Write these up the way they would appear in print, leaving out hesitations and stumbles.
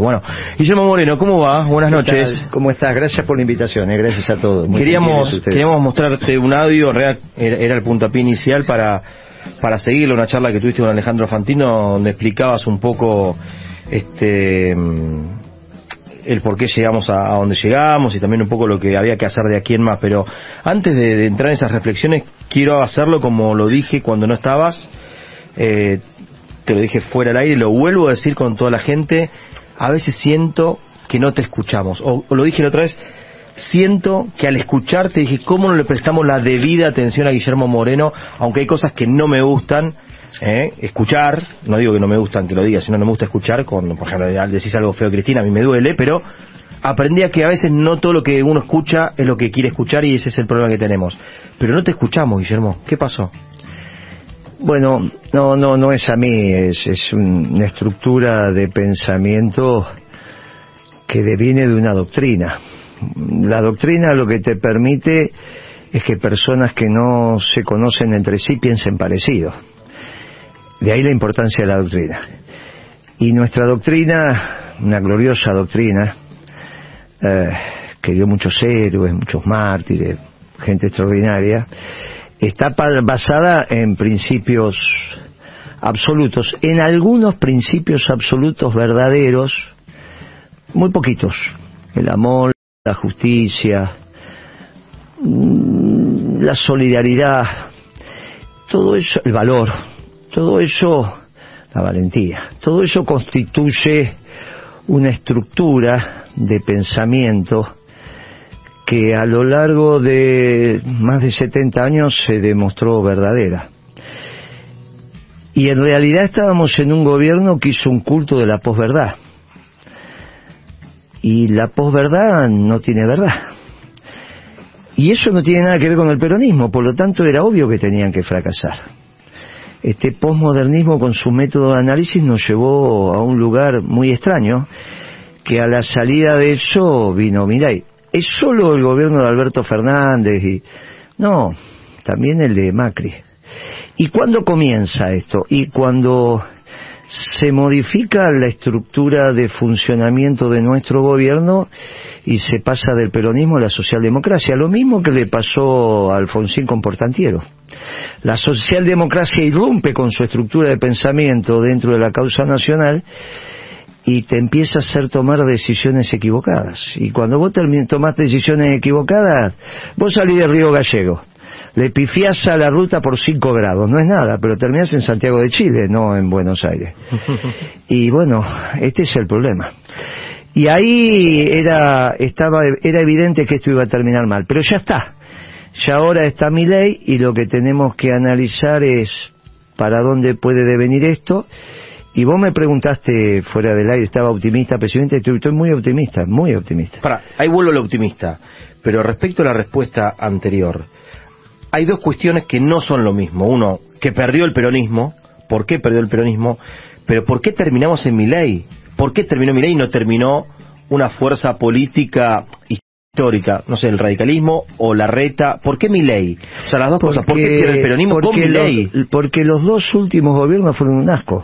Bueno, Guillermo Moreno, ¿cómo va? Buenas noches. ¿Cómo estás? Gracias por la invitación, gracias a todos. Queríamos mostrarte un audio, era el puntapié inicial para seguirlo, una charla que tuviste con Alejandro Fantino, donde explicabas un poco el por qué llegamos a donde llegamos y también un poco lo que había que hacer de aquí en más. Pero antes de entrar en esas reflexiones, quiero hacerlo como lo dije cuando no estabas, te lo dije fuera del aire, lo vuelvo a decir con toda la gente. A veces siento que no te escuchamos, o lo dije la otra vez, siento que al escucharte dije, ¿cómo no le prestamos la debida atención a Guillermo Moreno? Aunque hay cosas que no me gustan escuchar, no digo que no me gustan que lo digas, sino no me gusta escuchar, por ejemplo, al decís algo feo, Cristina, a mí me duele, pero aprendí a que a veces no todo lo que uno escucha es lo que quiere escuchar, y ese es el problema que tenemos. Pero no te escuchamos, Guillermo, ¿qué pasó? Bueno, no es a mí, es una estructura de pensamiento que deviene de una doctrina. La doctrina lo que te permite es que personas que no se conocen entre sí piensen parecido. De ahí la importancia de la doctrina. Y nuestra doctrina, una gloriosa doctrina, que dio muchos héroes, muchos mártires, gente extraordinaria, está basada en principios absolutos, en algunos principios absolutos verdaderos, muy poquitos: el amor, la justicia, la solidaridad, todo eso, el valor, todo eso, la valentía, todo eso constituye una estructura de pensamiento que a lo largo de más de 70 años se demostró verdadera. Y en realidad estábamos en un gobierno que hizo un culto de la posverdad. Y la posverdad no tiene verdad. Y eso no tiene nada que ver con el peronismo, por lo tanto era obvio que tenían que fracasar. Este posmodernismo con su método de análisis nos llevó a un lugar muy extraño, que a la salida de eso vino Milei. ¿Es solo el gobierno de Alberto Fernández? No, también el de Macri. ¿Y cuándo comienza esto? Y cuando se modifica la estructura de funcionamiento de nuestro gobierno y se pasa del peronismo a la socialdemocracia. Lo mismo que le pasó a Alfonsín con Portantiero. La socialdemocracia irrumpe con su estructura de pensamiento dentro de la causa nacional y te empieza a hacer tomar decisiones equivocadas. Y cuando vos tomás decisiones equivocadas, vos salís de Río Gallego, le pifiás a la ruta por 5 grados, no es nada, pero terminás en Santiago de Chile, no en Buenos Aires. Y bueno, este es el problema. Y ahí era evidente que esto iba a terminar mal, pero ya está. Ya ahora está Milei y lo que tenemos que analizar es para dónde puede devenir esto. Y vos me preguntaste fuera del aire, ¿estaba optimista, presidente? Estoy muy optimista, muy optimista. Ahí vuelvo a lo optimista, pero respecto a la respuesta anterior, hay dos cuestiones que no son lo mismo. Uno, que perdió el peronismo. ¿Por qué perdió el peronismo? Pero ¿por qué terminamos en Milei? ¿Por qué terminó Milei y no terminó una fuerza política histórica? No sé, el radicalismo o la reta. ¿Por qué Milei? O sea, las dos cosas. ¿Por qué pierde el peronismo con Milei? Porque los dos últimos gobiernos fueron un asco.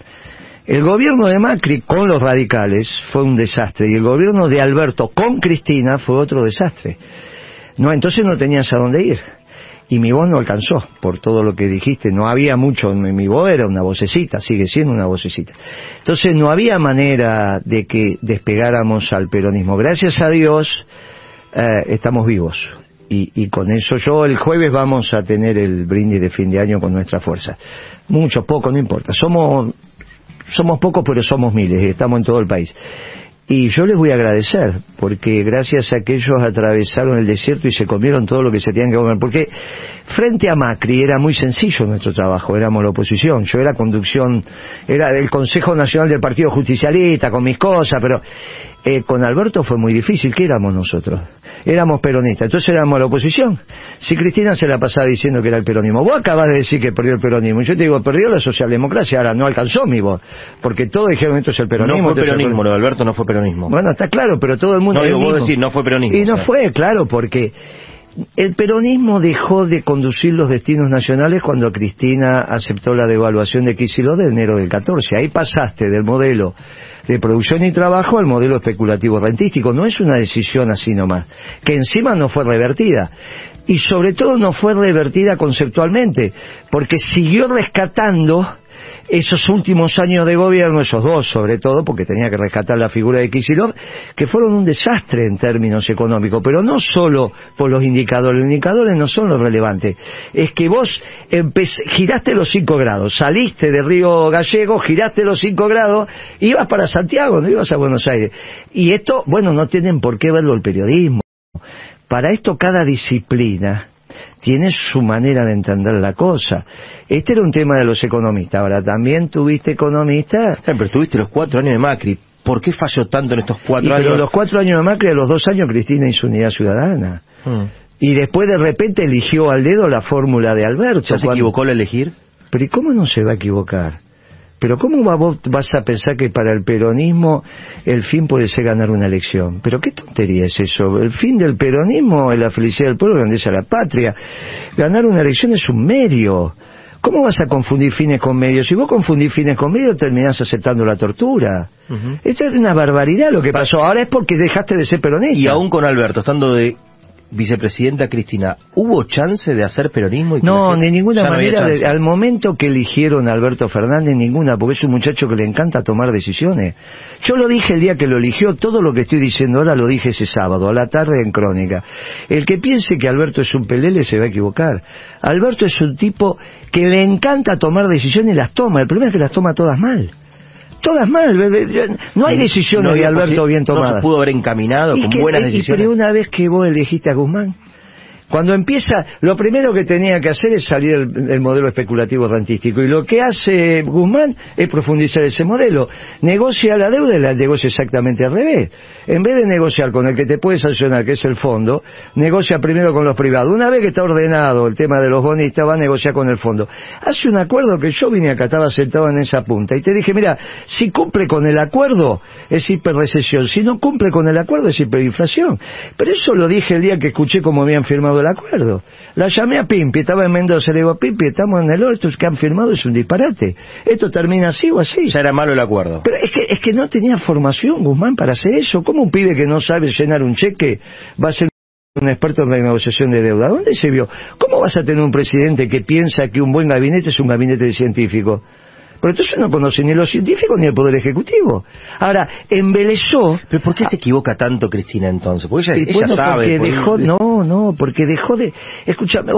El gobierno de Macri con los radicales fue un desastre, y el gobierno de Alberto con Cristina fue otro desastre. No, entonces no tenías a dónde ir. Y mi voz no alcanzó, por todo lo que dijiste. No había mucho, mi voz era una vocecita, sigue siendo una vocecita. Entonces no había manera de que despegáramos al peronismo. Gracias a Dios estamos vivos. Y con eso el jueves vamos a tener el brindis de fin de año con nuestra fuerza. Mucho, poco, no importa. Somos pocos, pero somos miles, y estamos en todo el país. Y yo les voy a agradecer, porque gracias a que ellos atravesaron el desierto y se comieron todo lo que se tenían que comer. Porque frente a Macri era muy sencillo nuestro trabajo, éramos la oposición. Yo era conducción, era del Consejo Nacional del Partido Justicialista, con mis cosas, pero con Alberto fue muy difícil. ¿Qué éramos nosotros? Éramos peronistas, entonces éramos la oposición. Si Cristina se la pasaba diciendo que era el peronismo, vos acabás de decir que perdió el peronismo, y yo te digo, perdió la socialdemocracia, ahora no alcanzó mi voz, porque todos dijeron esto es el peronismo. No fue peronismo, lo de Alberto no fue peronismo. Bueno, está claro, pero todo el mundo... No, digo, vos decís, no fue peronismo. Y no fue, claro, porque El peronismo dejó de conducir los destinos nacionales cuando Cristina aceptó la devaluación de Kicillof de enero del 14. Ahí pasaste del modelo de producción y trabajo al modelo especulativo rentístico. No es una decisión así nomás, que encima no fue revertida. Y sobre todo no fue revertida conceptualmente, porque siguió rescatando esos últimos años de gobierno, esos dos sobre todo, porque tenía que rescatar la figura de Kicillof, que fueron un desastre en términos económicos, pero no solo por los indicadores no son los relevantes, es que vos giraste los 5 grados, saliste de Río Gallego, giraste los 5 grados, ibas para Santiago, no ibas a Buenos Aires. Y esto, bueno, no tienen por qué verlo el periodismo. Para esto cada disciplina tiene su manera de entender la cosa. Este era un tema de los economistas. Ahora, también tuviste economistas... Pero tuviste los 4 años de Macri. ¿Por qué falló tanto en estos 4 años? Pero los 4 años de Macri, a los 2 años Cristina hizo Unidad Ciudadana. Y después de repente eligió al dedo la fórmula de Alberto. ¿Ya se equivocó al elegir? Pero ¿y cómo no se va a equivocar? Pero ¿cómo vos vas a pensar que para el peronismo el fin puede ser ganar una elección? Pero qué tontería es eso. El fin del peronismo es la felicidad del pueblo, grandeza de la patria. Ganar una elección es un medio. ¿Cómo vas a confundir fines con medios? Si vos confundís fines con medios, terminás aceptando la tortura. Esto es una barbaridad lo que pasó. Ahora es porque dejaste de ser peronista. Y aún con Alberto, estando de vicepresidenta Cristina, ¿hubo chance de hacer peronismo? No, de ninguna manera. Al momento que eligieron a Alberto Fernández, ninguna, porque es un muchacho que le encanta tomar decisiones. Yo lo dije el día que lo eligió, todo lo que estoy diciendo ahora lo dije ese sábado, a la tarde en Crónica. El que piense que Alberto es un pelele se va a equivocar. Alberto es un tipo que le encanta tomar decisiones y las toma. El problema es que las toma todas mal. Todas mal, no hay decisiones de Alberto bien tomadas. No se pudo haber encaminado con buenas decisiones. Pero una vez que vos elegiste a Guzmán, cuando empieza, lo primero que tenía que hacer es salir del modelo especulativo rentístico, y lo que hace Guzmán es profundizar ese modelo. Negocia la deuda y la negocia exactamente al revés. En vez de negociar con el que te puede sancionar, que es el fondo, negocia primero con los privados. Una vez que está ordenado el tema de los bonistas, va a negociar con el fondo. Hace un acuerdo que yo vine acá, estaba sentado en esa punta, y te dije, mira, si cumple con el acuerdo, es hiperrecesión. Si no cumple con el acuerdo, es hiperinflación. Pero eso lo dije el día que escuché cómo habían firmado el acuerdo. La llamé a Pimpi, estaba en Mendoza, le digo, Pimpi, estamos en el oro, estos que han firmado es un disparate. Esto termina así o así. Ya era malo el acuerdo. Pero es que no tenía formación Guzmán para hacer eso. ¿Cómo un pibe que no sabe llenar un cheque va a ser un experto en renegociación de deuda? ¿Dónde se vio? ¿Cómo vas a tener un presidente que piensa que un buen gabinete es un gabinete de científicos? Pero entonces no conoce ni los científicos ni el Poder Ejecutivo. Ahora, embelezó... ¿Pero por qué se equivoca tanto Cristina entonces? Porque ella sabe... Porque porque dejó de... Escúchame,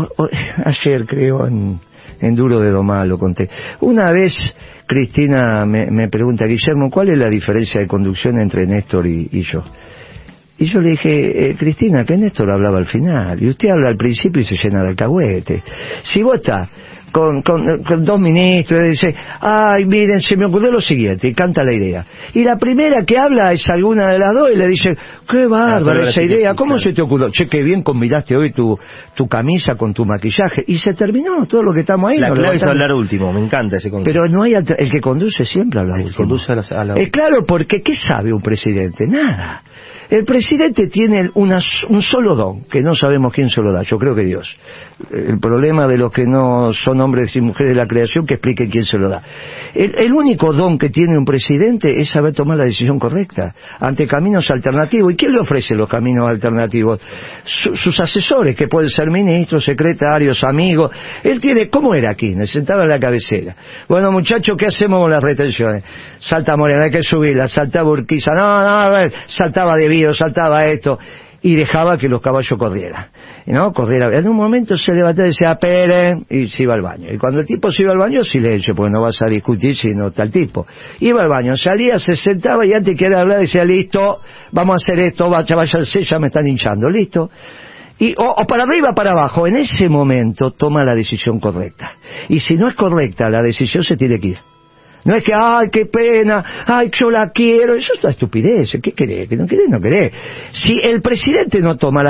ayer creo en Duro de Domá lo conté. Una vez Cristina me pregunta, Guillermo, ¿cuál es la diferencia de conducción entre Néstor y yo? Y yo le dije, Cristina, que Néstor hablaba al final, y usted habla al principio y se llena de alcahuete. Si vos estás con 2 ministros y dice, ay, miren, se me ocurrió lo siguiente, y canta la idea. Y la primera que habla es alguna de las dos y le dice, qué bárbara esa idea, ¿cómo se te ocurrió? Che, qué bien combinaste hoy tu camisa con tu maquillaje. Y se terminó todo lo que estamos ahí. La clave es hablar último, me encanta ese concepto. Pero no hay el que conduce siempre habla último. Conduce a la... Claro, porque ¿qué sabe un presidente? Nada. El presidente tiene un solo don, que no sabemos quién se lo da, yo creo que Dios. El problema de los que no son hombres y mujeres de la creación, que expliquen quién se lo da. El único don que tiene un presidente es saber tomar la decisión correcta, ante caminos alternativos. ¿Y quién le ofrece los caminos alternativos? Sus asesores, que pueden ser ministros, secretarios, amigos. Él tiene, ¿cómo era aquí? Me sentaba en la cabecera. Bueno, muchachos, ¿qué hacemos con las retenciones? Salta Moreno, hay que subirla, saltaba Urquiza, no, saltaba Debido, saltaba esto, y dejaba que los caballos corrieran. ¿No? En un momento se levantaba y decía, esperen, y se iba al baño. Y cuando el tipo se iba al baño, silencio, porque no vas a discutir si no está el tipo. Iba al baño, salía, se sentaba, y antes que hablar decía, listo, vamos a hacer esto, váyanse, ya me están hinchando, listo. Y o para arriba o para abajo. En ese momento toma la decisión correcta. Y si no es correcta la decisión, se tiene que ir. No es que, ay, qué pena, ay, yo la quiero. Eso es una estupidez. ¿Qué querés? ¿Que no querés? No querés. Si el presidente no toma la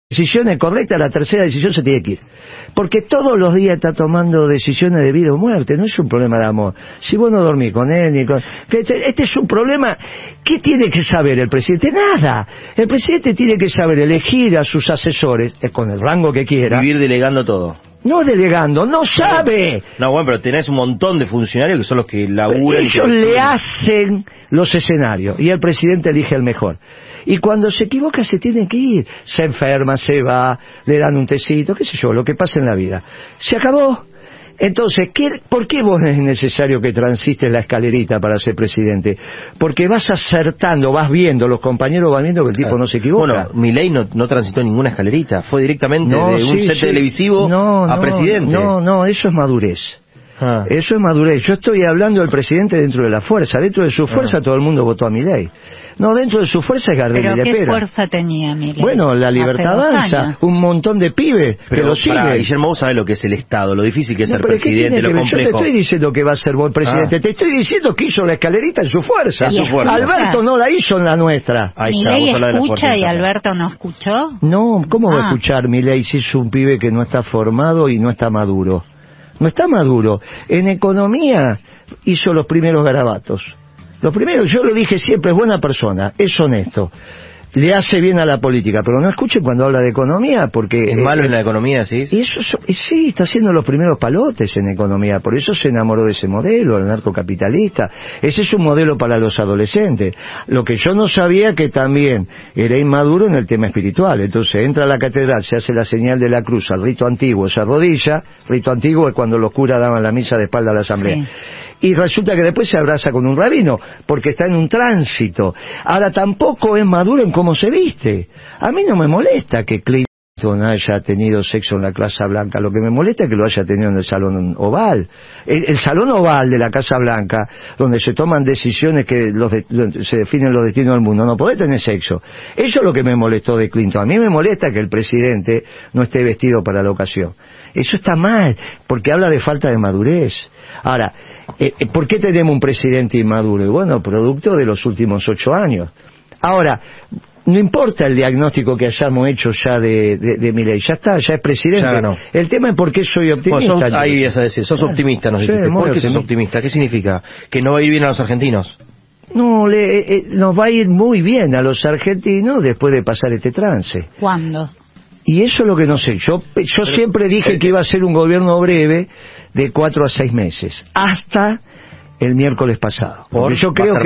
decisiones correctas, la tercera decisión se tiene que ir. Porque todos los días está tomando decisiones de vida o muerte, no es un problema de amor. Si vos no dormís con él, ni con... Este es un problema. ¿Qué tiene que saber el presidente? Nada. El presidente tiene que saber elegir a sus asesores, con el rango que quiera. Vivir delegando todo. No delegando, no sabe. No, bueno, pero tenés un montón de funcionarios que son los que laburan. Ellos le hacen los escenarios y el presidente elige el mejor. Y cuando se equivoca se tiene que ir. Se enferma, se va, le dan un tecito, qué sé yo, lo que pasa en la vida. Se acabó. Entonces, ¿por qué vos es necesario que transites la escalerita para ser presidente? Porque vas acertando, vas viendo, los compañeros van viendo que el tipo no se equivoca. Bueno, Milei no transitó ninguna escalerita, fue directamente de un set televisivo a presidente. No, eso es madurez. Eso es madurez. Yo estoy hablando del presidente dentro de la fuerza. Dentro de su fuerza todo el mundo votó a Milei. No, dentro de su fuerza es Gardel y Lepera. ¿Pero qué fuerza tenía Milei? Bueno, la Libertad Avanza, un montón de pibes que lo siguen. Guillermo, vos sabés lo que es el Estado, lo difícil que es ser presidente, lo complejo. Yo te estoy diciendo que va a ser buen presidente, te estoy diciendo que hizo la escalerita en su fuerza. Alberto no la hizo en la nuestra. ¿Milei escucha y Alberto no escuchó? No, ¿cómo va a escuchar Milei si es un pibe que no está formado y no está maduro? No está maduro. En economía hizo los primeros garabatos. Lo primero, yo lo dije siempre, es buena persona, es honesto, le hace bien a la política, pero no escuche cuando habla de economía, porque... ¿Es malo en la economía, sí? Y eso, sí, está haciendo los primeros palotes en economía, por eso se enamoró de ese modelo, el narcocapitalista. Ese es un modelo para los adolescentes. Lo que yo no sabía que también era inmaduro en el tema espiritual. Entonces entra a la catedral, se hace la señal de la cruz, al rito antiguo se arrodilla, rito antiguo es cuando los curas daban la misa de espalda a la asamblea. Sí. Y resulta que después se abraza con un rabino, porque está en un tránsito. Ahora tampoco es maduro en cómo se viste. A mí no me molesta que Clinton haya tenido sexo en la Casa Blanca, lo que me molesta es que lo haya tenido en el Salón Oval. El Salón Oval de la Casa Blanca, donde se toman decisiones que se definen los destinos del mundo, no podés tener sexo. Eso es lo que me molestó de Clinton. A mí me molesta que el presidente no esté vestido para la ocasión. Eso está mal, porque habla de falta de madurez. Ahora, ¿por qué tenemos un presidente inmaduro? Y bueno, producto de los últimos 8 años. Ahora, no importa el diagnóstico que hayamos hecho ya de Milei, ya está, ya es presidente. Ya no. El tema es por qué soy optimista. Bueno, ahí vas a decir, sos optimista, nos dijiste. ¿Por qué sos optimista? ¿Qué significa? ¿Que no va a ir bien a los argentinos? No, nos va a ir muy bien a los argentinos después de pasar este trance. ¿Cuándo? Y eso es lo que no sé. Yo siempre dije que iba a ser un gobierno breve de 4 a 6 meses, hasta el miércoles pasado. Porque yo creo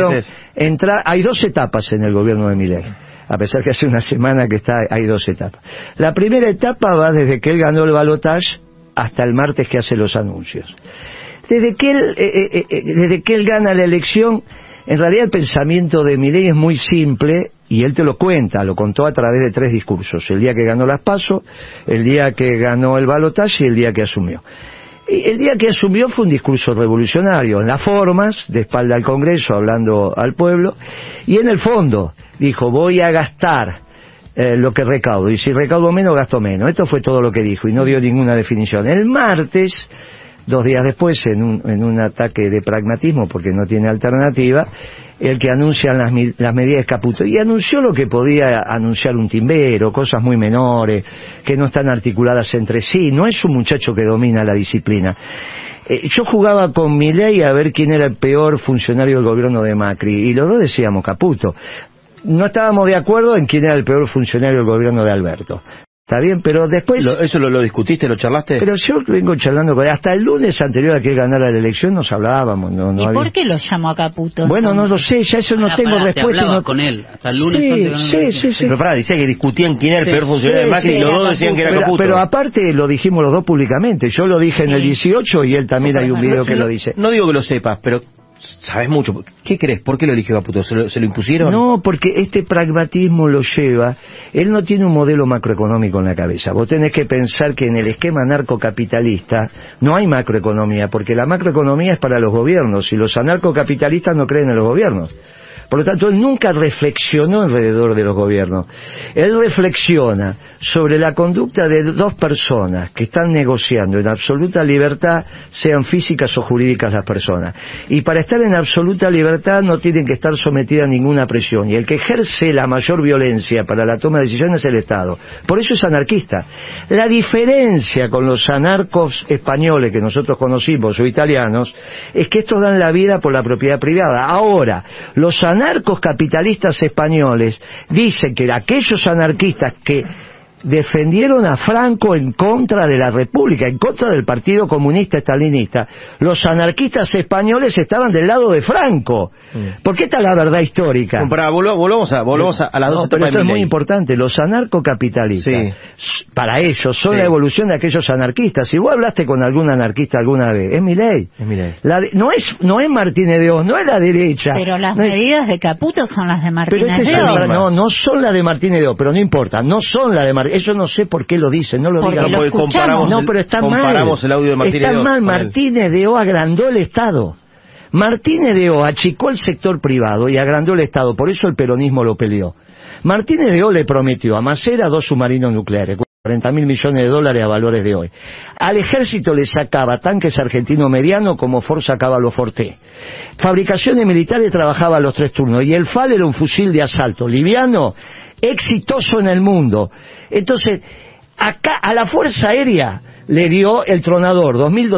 que hay 2 etapas en el gobierno de Milei. A pesar que hace una semana que hay 2 etapas. La primera etapa va desde que él ganó el balotaje hasta el martes que hace los anuncios. Desde que él gana la elección, en realidad el pensamiento de Milei es muy simple, y él te lo cuenta, lo contó a través de 3 discursos: el día que ganó las PASO, el día que ganó el balotaje y el día que asumió. Y el día que asumió fue un discurso revolucionario, en las formas, de espalda al Congreso, hablando al pueblo, y en el fondo dijo: voy a gastar lo que recaudo, y si recaudo menos, gasto menos. Esto fue todo lo que dijo, y no dio ninguna definición. El martes, 2 días después, en un ataque de pragmatismo, porque no tiene alternativa, el que anuncia las medidas Caputo, y anunció lo que podía anunciar un timbero, cosas muy menores, que no están articuladas entre sí. No es un muchacho que domina la disciplina. Yo jugaba con Milei a ver quién era el peor funcionario del gobierno de Macri, y los dos decíamos Caputo. No estábamos de acuerdo en quién era el peor funcionario del gobierno de Alberto. Está bien, pero después... ¿Eso lo discutiste, lo charlaste? Pero yo vengo charlando con él. Hasta el lunes anterior a que él ganara la elección nos hablábamos. ¿Y por qué lo llamó a Caputo? Bueno, no lo sé, ya eso no tengo respuesta. Te con él, hasta el lunes. Sí. Pero pará, decía que discutían quién era el peor funcionario de Macri y los dos decían que era Caputo. Pero aparte lo dijimos los dos públicamente. Yo lo dije en el 18 y él también hay un video que lo dice. No digo que lo sepas, pero... sabes mucho. ¿Qué crees? ¿Por qué lo eligió Caputo? ¿Se lo impusieron? No, porque este pragmatismo lo lleva. Él no tiene un modelo macroeconómico en la cabeza. Vos tenés que pensar que en el esquema narcocapitalista no hay macroeconomía, porque la macroeconomía es para los gobiernos y los anarcocapitalistas no creen en los gobiernos. Por lo tanto, él nunca reflexionó alrededor de los gobiernos. Él reflexiona sobre la conducta de dos personas que están negociando en absoluta libertad, sean físicas o jurídicas las personas. Y para estar en absoluta libertad no tienen que estar sometidas a ninguna presión. Y el que ejerce la mayor violencia para la toma de decisiones es el Estado. Por eso es anarquista. La diferencia con los anarcos españoles que nosotros conocimos o italianos es que estos dan la vida por la propiedad privada. Ahora, los anarcos capitalistas españoles dicen que aquellos anarquistas que defendieron a Franco en contra de la República, en contra del Partido Comunista Estalinista, los anarquistas españoles estaban del lado de Franco. Porque esta es la verdad histórica. Volvamos a las dos etapas. Pero esto de es muy Milei. importante. Los anarcocapitalistas, para ellos, son la evolución de aquellos anarquistas. Si vos hablaste con algún anarquista alguna vez, es Milei. No es Martínez de Oz, no es la derecha. Pero las no medidas de Caputo son las de Martínez de Oz. No son las de Martínez de Oz, pero no importa. No son las de Martínez. Eso no sé por qué lo dicen, no lo digan. Lo escuchamos. No, pero está mal. El audio de Martínez está de Oz mal. Martínez de Oz agrandó el Estado. Martínez de Oz achicó el sector privado y agrandó el Estado, por eso el peronismo lo peleó. Martínez de Oz le prometió a Macera 2 submarinos nucleares, 40.000 millones de dólares a valores de hoy. Al ejército le sacaba tanques argentinos medianos como Ford sacaba los Forté. Fabricaciones militares trabajaba a los 3 turnos y el FAL era un fusil de asalto liviano, exitoso en el mundo. Entonces, acá a la Fuerza Aérea le dio el Tronador,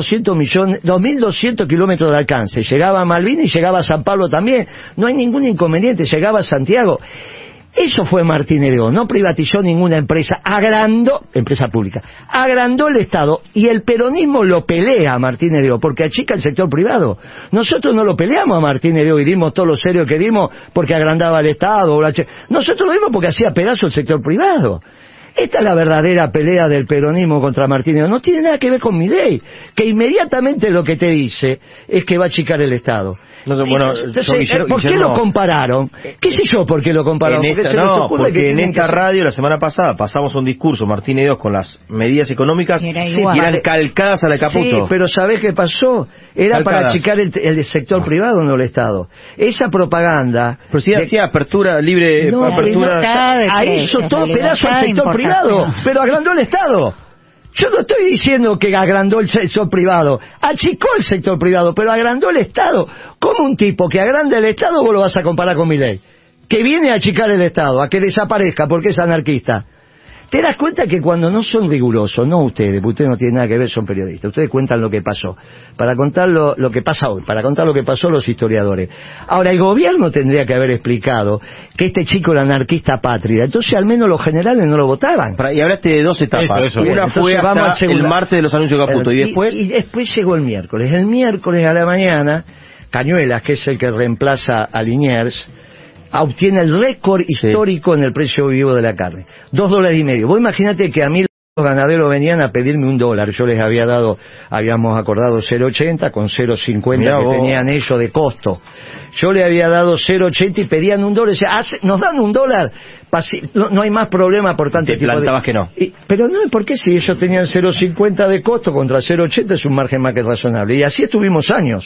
2.200 kilómetros de alcance. Llegaba a Malvinas y llegaba a San Pablo también. No hay ningún inconveniente, llegaba a Santiago. Eso fue Martínez de Oz, no privatizó ninguna empresa, empresa pública, agrandó el Estado, y el peronismo lo pelea a Martínez de Oz, porque achica el sector privado. Nosotros no lo peleamos a Martínez de Oz y dimos todo lo serio que dimos porque agrandaba el Estado. Nosotros lo dimos porque hacía pedazo el sector privado. Esta es la verdadera pelea del peronismo contra Martínez. No tiene nada que ver con Milei, que inmediatamente lo que te dice es que va a achicar el Estado. Entonces, ¿por qué lo compararon? ¿Qué sé yo por qué lo compararon? Porque en esta radio la semana pasada pasamos un discurso Martínez de Oz con las medidas económicas y eran calcadas a la de Caputo. Sí, pero ¿sabés qué pasó? Era para achicar el sector privado, no el Estado. Esa propaganda... Pero si hacía apertura libre... ahí hizo todo pedazo al sector privado, pero agrandó el Estado. Yo no estoy diciendo que agrandó el sector privado, achicó el sector privado, pero agrandó el Estado. ¿Cómo un tipo que agranda el Estado vos lo vas a comparar con Milei? Que viene a achicar el Estado, a que desaparezca porque es anarquista. Te das cuenta que cuando no son rigurosos, no ustedes no tienen nada que ver, son periodistas, ustedes cuentan lo que pasó, para contar lo que pasa hoy, para contar lo que pasó los historiadores. Ahora, el gobierno tendría que haber explicado que este chico era anarquista pátrida, entonces al menos los generales no lo votaban. Y hablaste de 2 etapas. Eso. Una fue hasta el martes de los anuncios de Caputo, y después... Y después llegó el miércoles. El miércoles a la mañana, Cañuelas, que es el que reemplaza a Liniers, obtiene el récord histórico en el precio vivo de la carne, $2.50. Vos imaginate que a mí los ganaderos venían a pedirme $1, yo les habíamos acordado 0.80 con 0.50 que tenían ellos de costo. Yo le había dado 0.80 y pedían $1, decía, nos dan $1, no hay más problema por tanto tipo plantabas que no. Pero no, ¿por qué si ellos tenían 0.50 de costo contra 0.80 es un margen más que razonable? Y así estuvimos años.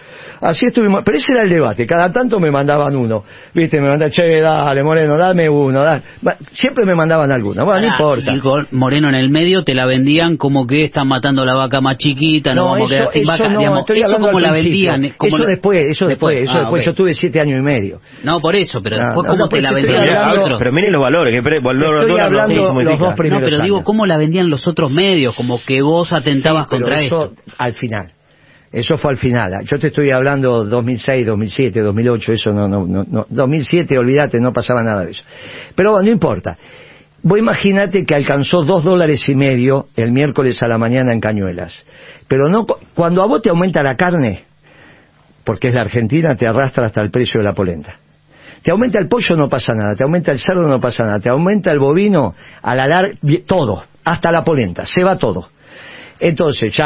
Pero ese era el debate, cada tanto me mandaban uno, me mandaban, che, dale Moreno, dame uno, dale. Siempre me mandaban alguno, bueno, no importa. Y con Moreno en el medio te la vendían como que están matando a la vaca más chiquita, no vamos a quedar sin vaca, digamos, eso como la vendían. Eso después, yo tuve 7 años y medio. No, por eso, pero después cómo te la vendían los otros. Pero miren los valores, estoy hablando los 2 primeros pero digo, ¿cómo la vendían los otros medios? Como que vos atentabas contra esto. Al final. Eso fue al final. Yo te estoy hablando 2006, 2007, 2008, eso no 2007, olvídate, no pasaba nada de eso. Pero bueno, no importa. Vos imaginate que alcanzó $2.50 el miércoles a la mañana en Cañuelas. Pero no, cuando a vos te aumenta la carne, porque es la Argentina, te arrastra hasta el precio de la polenta. Te aumenta el pollo, no pasa nada. Te aumenta el cerdo, no pasa nada. Te aumenta el bovino, a la larga, todo, hasta la polenta, se va todo. Entonces ya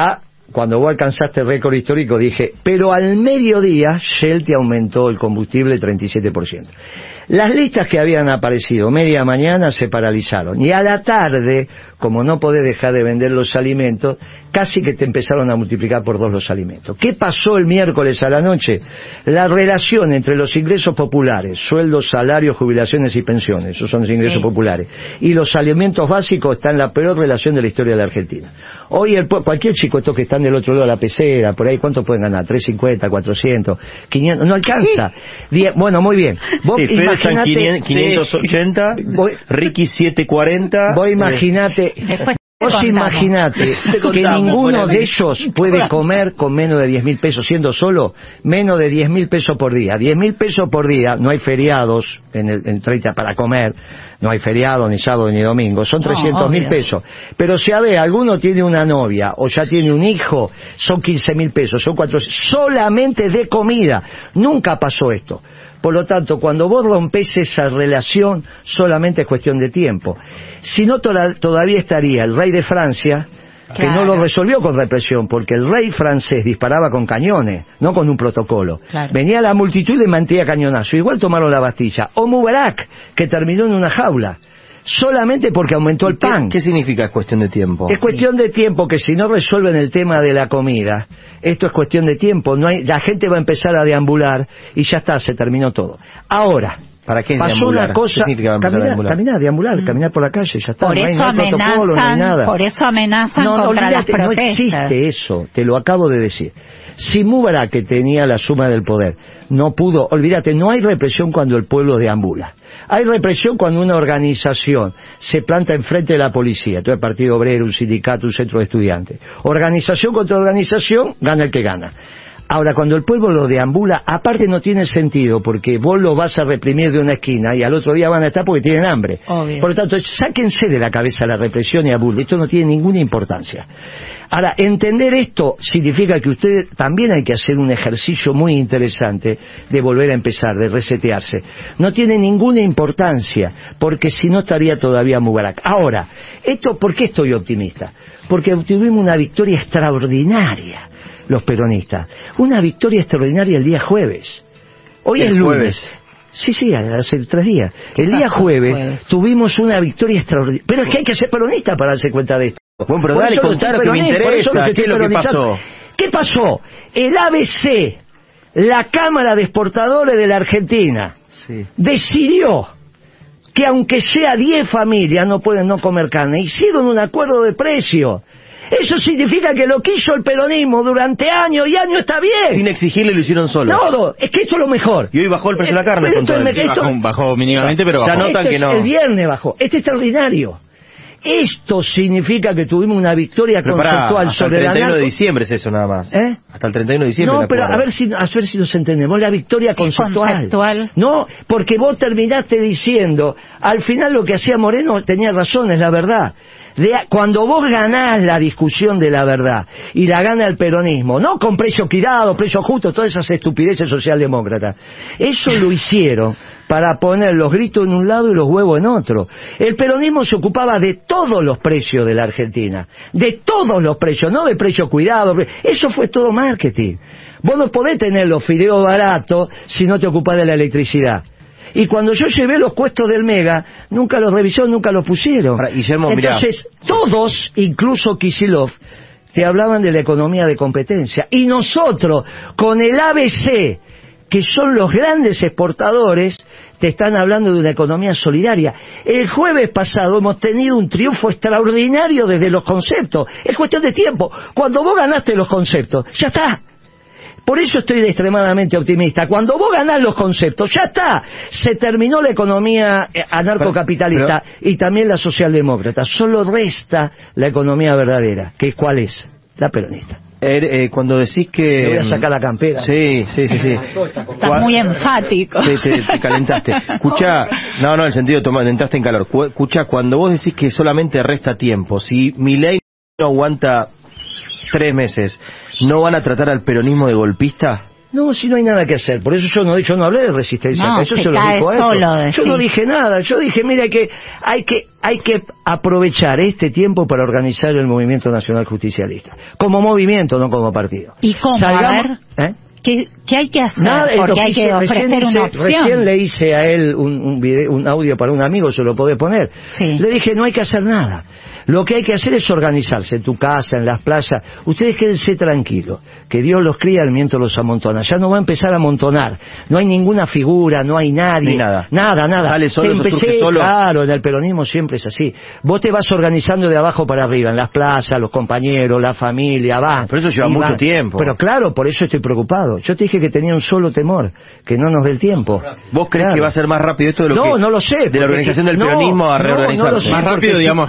cuando vos alcanzaste el récord histórico, dije, pero al mediodía Shell te aumentó el combustible 37%. Las listas que habían aparecido media mañana se paralizaron, y a la tarde, como no podés dejar de vender los alimentos, casi que te empezaron a multiplicar por 2 los alimentos. ¿Qué pasó el miércoles a la noche? La relación entre los ingresos populares, sueldos, salarios, jubilaciones y pensiones, esos son los ingresos populares, y los alimentos básicos, está en la peor relación de la historia de la Argentina. Hoy cualquier chico, estos que están del otro lado de la pecera, por ahí, ¿cuánto pueden ganar? 350, 400, 500, no alcanza. Bueno, muy bien. Vos imaginate 580, Ricky 740. Vos imaginate. Vos imaginate que ninguno de ellos puede comer con menos de 10.000 pesos, siendo solo menos de 10.000 pesos por día. 10.000 pesos por día, no hay feriados en 30 para comer, no hay feriado, ni sábado, ni domingo, son 300.000 pesos. Pero si a ver, alguno tiene una novia, o ya tiene un hijo, son 15.000 pesos, son 400, solamente de comida. Nunca pasó esto. Por lo tanto, cuando vos rompés esa relación, solamente es cuestión de tiempo. Si no, todavía estaría el rey de Francia, que no lo resolvió con represión, porque el rey francés disparaba con cañones, no con un protocolo. Venía la multitud y le mantenía cañonazo. Igual tomaron la Bastilla. O Mubarak, que terminó en una jaula, solamente porque aumentó el pan. ¿Qué significa es cuestión de tiempo? Es cuestión de tiempo, que si no resuelven el tema de la comida, esto es cuestión de tiempo. La gente va a empezar a deambular y ya está, se terminó todo. Ahora, ¿para qué pasó deambular? una cosa, caminar por la calle, ya está. Por eso amenazan, por eso amenazan contra las protestas. No existe eso, te lo acabo de decir. Si Mubarak, que tenía la suma del poder, no pudo, olvídate, no hay represión cuando el pueblo deambula. Hay represión cuando una organización se planta enfrente de la policía, todo el Partido Obrero, un sindicato, un centro de estudiantes. Organización contra organización, gana el que gana. Ahora, cuando el pueblo lo deambula, aparte no tiene sentido, porque vos lo vas a reprimir de una esquina y al otro día van a estar porque tienen hambre. Obvio. Por lo tanto, sáquense de la cabeza la represión y abulto. Esto no tiene ninguna importancia. Ahora, entender esto significa que ustedes también hay que hacer un ejercicio muy interesante de volver a empezar, de resetearse. No tiene ninguna importancia, porque si no estaría todavía Mubarak. Ahora, ¿por qué estoy optimista? Porque tuvimos una victoria extraordinaria, los peronistas. Una victoria extraordinaria el día jueves. Hoy es lunes. Sí, hace 3 días. El día jueves tuvimos una victoria extraordinaria. Pero es que hay que ser peronista para darse cuenta de esto. Bueno, pero dale, contar que me interesa. ¿Qué es lo que pasó? ¿Qué pasó? El ABC, la Cámara de Exportadores de la Argentina, decidió que aunque sea 10 familias no pueden no comer carne. Hicieron un acuerdo de precio. Eso significa que lo que hizo el peronismo durante años y años está bien. Sin exigirle lo hicieron solo. No, es que esto es lo mejor. Y hoy bajó el precio de la carne. Bajó mínimamente, pero bajó. Ya notan que no. El viernes bajó. Este es extraordinario. Esto significa que tuvimos una victoria conceptual sobre la narco. Hasta el 31 de diciembre es eso nada más. Hasta el 31 de diciembre. No, pero a ver si nos entendemos. La victoria conceptual. No, porque vos terminaste diciendo, al final lo que hacía Moreno tenía razón, es la verdad. Cuando vos ganás la discusión de la verdad y la gana el peronismo, no con precio equilibrado, precio justo, todas esas estupideces socialdemócratas, eso lo hicieron para poner los gritos en un lado y los huevos en otro. El peronismo se ocupaba de todos los precios de la Argentina, de todos los precios, no de precio cuidado. Eso fue todo marketing. Vos no podés tener los fideos baratos si no te ocupás de la electricidad. Y cuando yo llevé los puestos del Mega, nunca los revisó, nunca los pusieron. Guillermo, entonces, todos, incluso Kicillof, te hablaban de la economía de competencia. Y nosotros, con el ABC, que son los grandes exportadores, te están hablando de una economía solidaria. El jueves pasado hemos tenido un triunfo extraordinario desde los conceptos. Es cuestión de tiempo. Cuando vos ganaste los conceptos, ya está. Por eso estoy extremadamente optimista. Cuando vos ganás los conceptos, ya está. Se terminó la economía anarcocapitalista y también la socialdemócrata. Solo resta la economía verdadera. ¿Cuál es? La peronista. Cuando decís que... Te voy a sacar la campera. Sí. Estás muy enfático. Te calentaste. Escuchá, no, en el sentido, entraste en calor. Escuchá, cuando vos decís que solamente resta tiempo, si Milei no aguanta 3 meses, ¿no van a tratar al peronismo de golpista? No, si no hay nada que hacer. Por eso yo no hablé de resistencia. No, eso se se lo cae dijo solo. Yo no dije nada. Yo dije, mira, que hay que aprovechar este tiempo para organizar el Movimiento Nacional Justicialista. Como movimiento, no como partido. ¿Y cómo? Salgamos, a ver, ¿qué hay que hacer? Nada, porque hay que ofrecer una opción. Recién le hice a él un audio para un amigo, se lo podés poner. Sí. Le dije, no hay que hacer nada. Lo que hay que hacer es organizarse en tu casa, en las playas. Ustedes quédense tranquilos, que Dios los cría, el viento los amontona. Ya no va a empezar a amontonar. No hay ninguna figura, no hay nadie. Ni nada. Nada. Sale solo, surge solo. Claro, en el peronismo siempre es así. Vos te vas organizando de abajo para arriba, en las plazas, los compañeros, la familia, va. Pero eso lleva mucho tiempo. Pero claro, por eso estoy preocupado. Yo te dije que tenía un solo temor, que no nos dé el tiempo. ¿Vos crees que va a ser más rápido esto de lo que... No lo sé. De la organización del peronismo a reorganizarse? No lo sé, más rápido, digamos,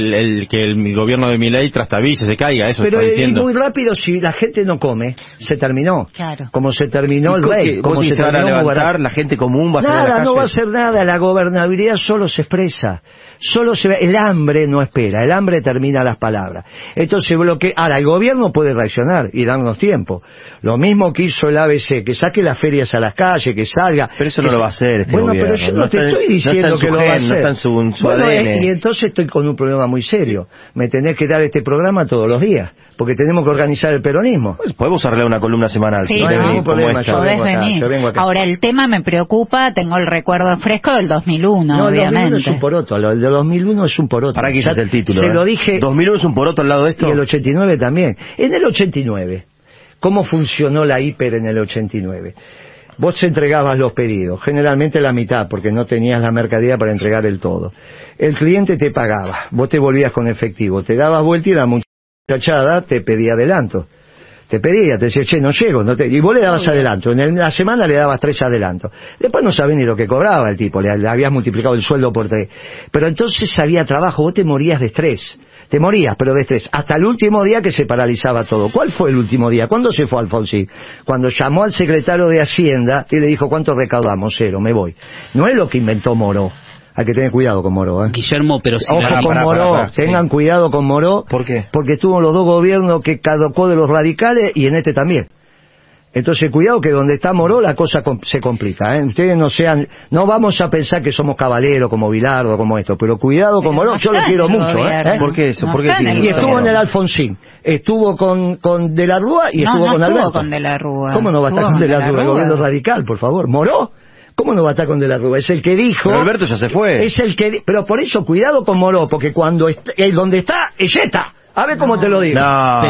que el gobierno de Milei trastabille, se caiga, eso pero está diciendo. Pero muy rápido, si la gente no come, se terminó. Claro. Como se terminó el rey. Como se van a levantar, la gente común va a salir a la calle. No va a hacer nada, la gobernabilidad solo se expresa. Solo se ve, el hambre no espera, el hambre termina las palabras. Entonces, ahora, el gobierno puede reaccionar y darnos tiempo. Lo mismo que hizo el ABC, que saque las ferias a las calles, que salga. Pero eso no lo va a hacer este gobierno. Pero yo no te estoy diciendo que lo va a hacer. No está en su ADN. Y entonces estoy con un problema muy serio. Me tenés que dar este programa todos los días, porque tenemos que organizar el peronismo. Pues podemos arreglar una columna semanal. Sí, no hay ningún problema. Podés venir. Ahora, el tema me preocupa, tengo el recuerdo fresco del 2001, obviamente. El 2001 es un poroto, el de 2001 es un poroto. Para que ese es el título. Se lo dije. 2001 es un poroto al lado de esto. Y el 89 también. En el 89, ¿cómo funcionó la hiper en el 89? Vos entregabas los pedidos, generalmente la mitad, porque no tenías la mercadería para entregar el todo. El cliente te pagaba, vos te volvías con efectivo, te dabas vuelta y la muchachada te pedía adelanto. Te decía, che, no llego, y vos le dabas adelanto. En la semana le dabas 3 adelantos. Después no sabés ni lo que cobraba el tipo, le habías multiplicado el sueldo por 3. Pero entonces había trabajo, vos te morías de estrés. Te morías, pero de estrés. Hasta el último día que se paralizaba todo. ¿Cuál fue el último día? ¿Cuándo se fue Alfonsín? Cuando llamó al secretario de Hacienda y le dijo, ¿cuánto recaudamos? 0, me voy. No es lo que inventó Moró. Hay que tener cuidado con Moró, Guillermo, pero si ojo con Moró, tengan cuidado con Moró. ¿Por qué? Porque estuvo en los dos gobiernos que caducó de los radicales y en este también. Entonces cuidado que donde está Moró la cosa se complica, Ustedes no vamos a pensar que somos caballeros como Bilardo, como esto, pero cuidado con Moró, yo lo quiero mucho, ¿Por qué eso? Y estuvo en el Alfonsín, estuvo con De la Rúa y estuvo con Alberto. Con De la Rúa. ¿Cómo no va a estar con De la Rúa? El gobierno radical, por favor. ¿Moró? ¿Cómo no va a estar con De la Rúa? Es el que dijo... Pero Alberto ya se fue. Pero por eso cuidado con Moró, porque cuando donde está, es ETA. A ver cómo te lo digo.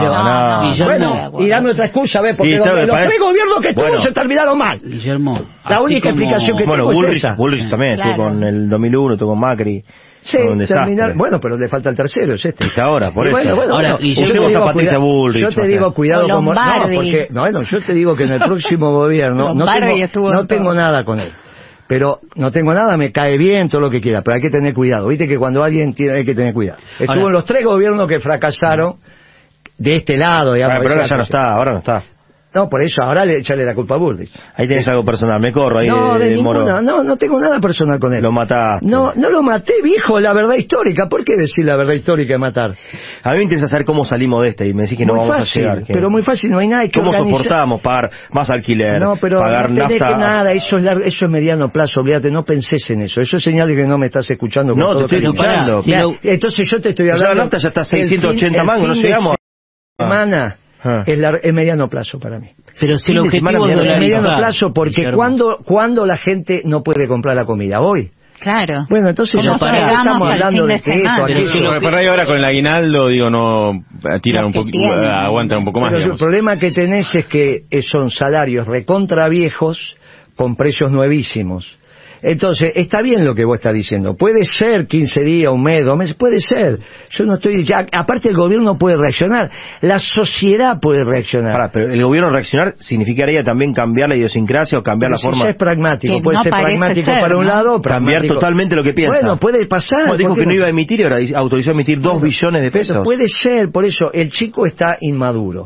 No. Y dame otra excusa, a ver, porque los 3 gobiernos que tuvo se terminaron mal. Guillermo, la única explicación que tengo es esa. Bullrich también, estuvo con el 2001, estuvo con Macri. Sí, bueno, pero le falta el tercero, es este. Ahora, por eso. Ahora, usemos a Patricia Bullrich. Yo te digo, cuidado con Moró, yo te digo que en el próximo gobierno no tengo nada con él. Pero no tengo nada, me cae bien, todo lo que quiera, pero hay que tener cuidado. Viste que cuando alguien tiene, hay que tener cuidado. Estuvo en los 3 gobiernos que fracasaron de este lado, digamos. Pero ahora ya no está, ahora no está. No, por eso, ahora echarle la culpa a Bullrich. Ahí tenés algo personal, me corro ahí de Moró. No tengo nada personal con él. Lo mataste. No lo maté, viejo, la verdad histórica. ¿Por qué decir la verdad histórica de matar? A mí me interesa saber cómo salimos de esta y me decís que no vamos a llegar. Pero muy fácil, no hay nada que ¿Cómo soportamos pagar más alquiler, pagar no tenés nafta? Que nada, eso es mediano plazo, olvídate, no pensés en eso. Eso es señal de que no me estás escuchando. No, te estoy escuchando. Entonces yo te estoy hablando... La nafta ya está a 680 mangos, no llegamos. Semana es mediano plazo para mí. Pero si el objetivo es mediano plazo, porque cuando la gente no puede comprar la comida hoy. Claro. Bueno, entonces ya estamos hablando de que esto, aquello. Pero ahí ahora con el aguinaldo, no tiran un poquito, aguantan un poco más. Pero el problema que tenés es que son salarios recontra viejos con precios nuevísimos. Entonces, está bien lo que vos estás diciendo. Puede ser 15 días, un mes, 2 meses, puede ser. Yo no estoy... aparte el gobierno puede reaccionar. La sociedad puede reaccionar. Pero el gobierno reaccionar significaría también cambiar la idiosincrasia o cambiar la forma... Si es pragmático. Puede ser pragmático para un lado... Cambiar totalmente lo que piensa. Bueno, puede pasar. Como dijo que no iba a emitir y ahora autorizó a emitir 2 billones de pesos. Puede ser, por eso, el chico está inmaduro.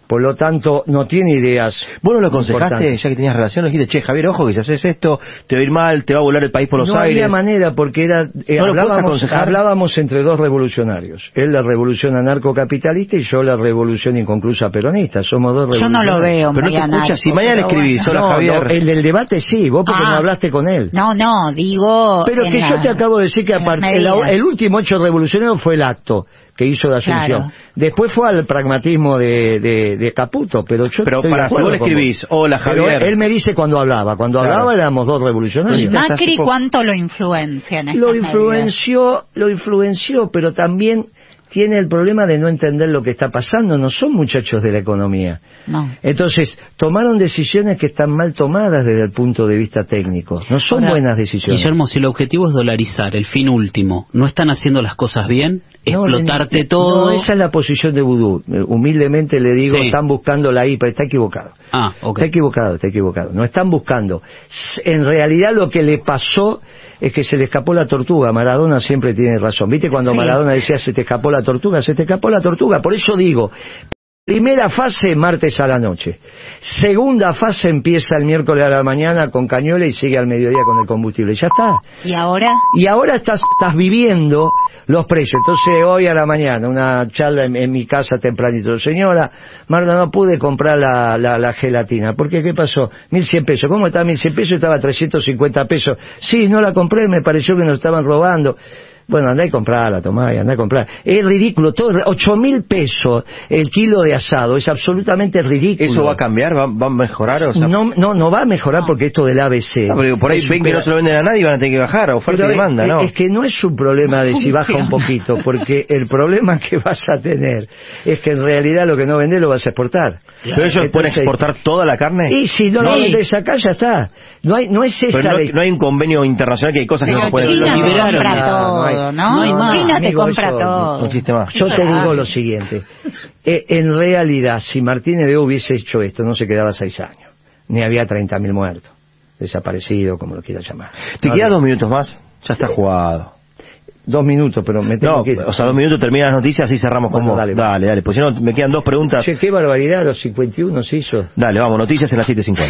Por lo tanto, no tiene ideas. ¿Vos no lo aconsejaste, ya que tenías relación? Le dijiste, che, Javier, ojo, que si haces esto, te va a ir mal, te va a volar el país por los aires. No había manera, porque era hablábamos entre dos revolucionarios. Él la revolución anarcocapitalista y yo la revolución inconclusa peronista. Somos dos revolucionarios. Yo no lo veo. Pero no te escuchas, si mañana le escribís, hola Javier. No, el del debate sí, vos porque no hablaste con él. No, digo... Pero que yo te acabo de decir que el último hecho revolucionario fue el acto que hizo de Asunción. Claro. Después fue al pragmatismo de Caputo, pero para si vos le escribís, hola Javier. Pero él me dice cuando hablaba éramos dos revolucionarios. ¿Y Macri cuánto lo influencia en Lo influenció, pero también tiene el problema de no entender lo que está pasando. No son muchachos de la economía. No. Entonces, tomaron decisiones que están mal tomadas desde el punto de vista técnico. No son buenas decisiones. Guillermo, si el objetivo es dolarizar, el fin último, ¿no están haciendo las cosas bien? ¿Explotarte todo? No, esa es la posición de Vudú. Humildemente le digo, están buscando la I, pero está equivocado. Okay. Está equivocado. No están buscando. En realidad lo que le pasó es que se le escapó la tortuga. Maradona siempre tiene razón. ¿Viste cuando Maradona decía se te escapó la tortuga? Se te escapó la tortuga. Por eso digo, primera fase martes a la noche. Segunda fase empieza el miércoles a la mañana con Cañuelas y sigue al mediodía con el combustible. Ya está. ¿Y ahora? Y ahora estás viviendo los precios. Entonces hoy a la mañana una charla en mi casa tempranito. Señora, Marta, no pude comprar la gelatina. ¿Por qué? ¿Qué pasó? 1.100 pesos. ¿Cómo está 1.100 pesos? Estaba 350 pesos. Sí, no la compré, me pareció que nos estaban robando. Bueno, andá y comprarla, Tomás, andá a comprar. Es ridículo, todo 8.000 pesos el kilo de asado, es absolutamente ridículo. ¿Eso va a cambiar? ¿Va a mejorar? O sea... No va a mejorar porque esto del ABC... pero por ahí ven que no se lo venden a nadie y van a tener que bajar, oferta y demanda, ¿no? Es que no es un problema de si baja un poquito, porque el problema que vas a tener es que en realidad lo que no vendés lo vas a exportar. ¿Pero ellos pueden exportar toda la carne? Y si no lo vendés acá, ya está. No es esa ley. No hay un convenio internacional que hay cosas que no se pueden... No hay más. China te compra todo. Un sistema. Yo te digo lo siguiente. En realidad, si Martínez de hubiese hecho esto, no se quedaba 6 años. Ni había 30.000 muertos. Desaparecidos, como lo quieras llamar. ¿Te quedan 2 minutos más? Ya está jugado. 2 minutos, pero me tengo que... O sea, 2 minutos terminan las noticias y cerramos con vos. Dale. Pues si no, me quedan 2 preguntas. Che, qué barbaridad, los 51 se hizo. Dale, vamos, noticias en las 7:50.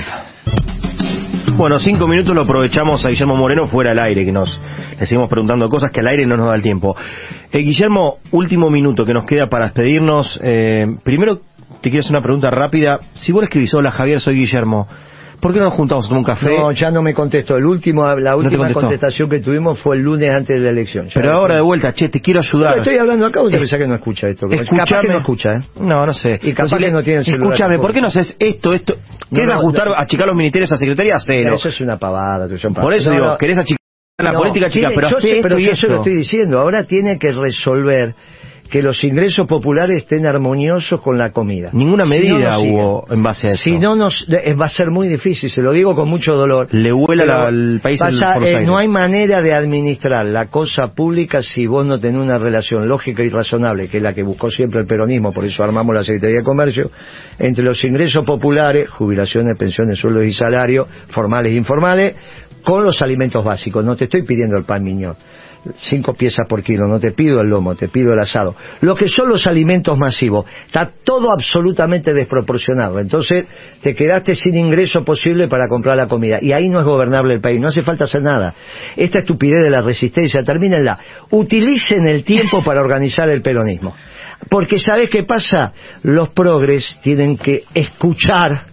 Bueno, 5 minutos lo aprovechamos a Guillermo Moreno fuera al aire, que le seguimos preguntando cosas que al aire no nos da el tiempo. Guillermo, último minuto que nos queda para despedirnos. Primero te quiero hacer una pregunta rápida. Si vos le escribís, hola Javier, soy Guillermo, ¿por qué no nos juntamos a tomar un café? No, ya no me contestó. La última contestación que tuvimos fue el lunes antes de la elección. Pero ahora de vuelta, che, te quiero ayudar. No, estoy hablando acá, usted pensás que no escucha esto. Capaz que no escucha, ¿eh? No sé. Y capaz que no tiene el celular. Escúchame, ¿por qué no haces esto? ¿Querés ajustar, achicar los ministerios a secretaría? Cero. Eso es una pavada. Por eso digo, querés achicar la política, chica, pero yo se lo estoy diciendo. Ahora tiene que resolver que los ingresos populares estén armoniosos con la comida. Ninguna medida hubo en base a eso. Si no, va a ser muy difícil, se lo digo con mucho dolor. Le vuela al país por los aires. No hay manera de administrar la cosa pública si vos no tenés una relación lógica y razonable, que es la que buscó siempre el peronismo, por eso armamos la Secretaría de Comercio, entre los ingresos populares, jubilaciones, pensiones, sueldos y salarios, formales e informales, con los alimentos básicos. No te estoy pidiendo el pan miñón, 5 piezas por kilo, no te pido el lomo, te pido el asado. Lo que son los alimentos masivos, está todo absolutamente desproporcionado. Entonces te quedaste sin ingreso posible para comprar la comida, y ahí no es gobernable el país, no hace falta hacer nada. Esta estupidez de la resistencia, termínenla. Utilicen el tiempo para organizar el peronismo, porque ¿sabés qué pasa? Los progres tienen que escuchar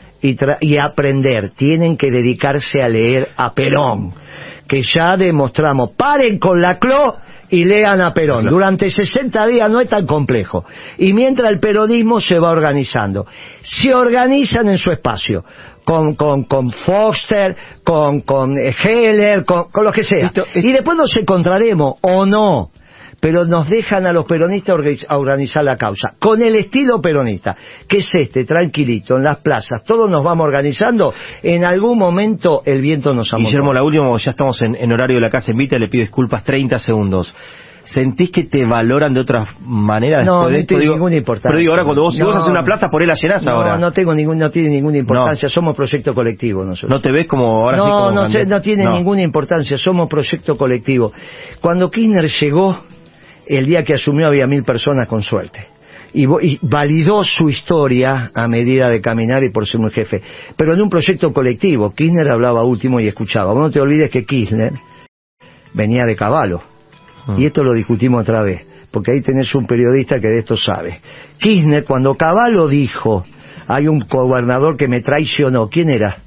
y aprender, tienen que dedicarse a leer a Perón, que ya demostramos. Paren con la CLO y lean a Perón. Durante 60 días no es tan complejo. Y mientras el peronismo se va organizando, se organizan en su espacio, con Foster, con Heller, con lo que sea. Y después nos encontraremos, o no, pero nos dejan a los peronistas a organizar la causa, con el estilo peronista, que es tranquilito, en las plazas, todos nos vamos organizando, en algún momento el viento nos amontona. Guillermo, la última, ya estamos en horario de la Casa Invita, le pido disculpas, 30 segundos. ¿Sentís que te valoran de otra manera después de esto? No tiene ninguna importancia. Pero digo, ahora cuando vos haces una plaza, por él la llenás ahora. No tiene ninguna importancia, somos proyecto colectivo nosotros. ¿No te ves como ahora? No tiene ninguna importancia, somos proyecto colectivo. Cuando Kirchner llegó, el día que asumió había 1.000 personas con suerte. y validó su historia a medida de caminar y por ser un jefe. Pero en un proyecto colectivo. Kirchner hablaba último y escuchaba. Vos no te olvides que Kirchner venía de Cavallo. Y esto lo discutimos otra vez, porque ahí tenés un periodista que de esto sabe. Kirchner, cuando Cavallo dijo, hay un gobernador que me traicionó, ¿quién era?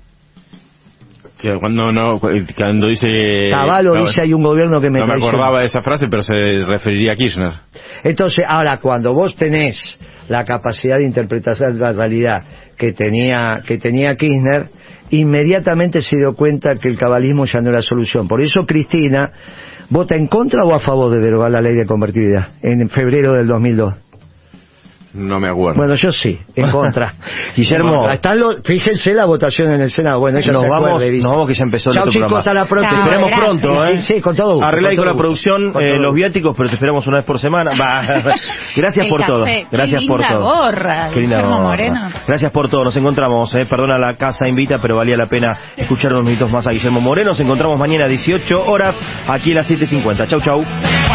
Cuando dice... Cavallo dice, hay un gobierno que me traicionó. No me acordaba de esa frase, pero se referiría a Kirchner. Entonces, ahora, cuando vos tenés la capacidad de interpretar la realidad que tenía Kirchner, inmediatamente se dio cuenta que el cabalismo ya no era solución. Por eso Cristina vota en contra o a favor de derogar la ley de convertibilidad en febrero del 2002. No me acuerdo. Bueno, yo sí, en contra. Guillermo, fíjense la votación en el Senado. Bueno, ella nos vamos que ya empezó el programa. Hasta la próxima. Te esperamos pronto, Sí, con todo. Arregla con la producción los viáticos, pero te esperamos una vez por semana. Gracias por todo. Gracias por todo. Gorra, Qué linda gorra. Moreno. Gracias por todo. Nos encontramos. Perdona la casa invita, pero valía la pena escuchar unos minutos más a Guillermo Moreno. Nos encontramos mañana a 18 horas aquí a las 7:50. Chau, chau.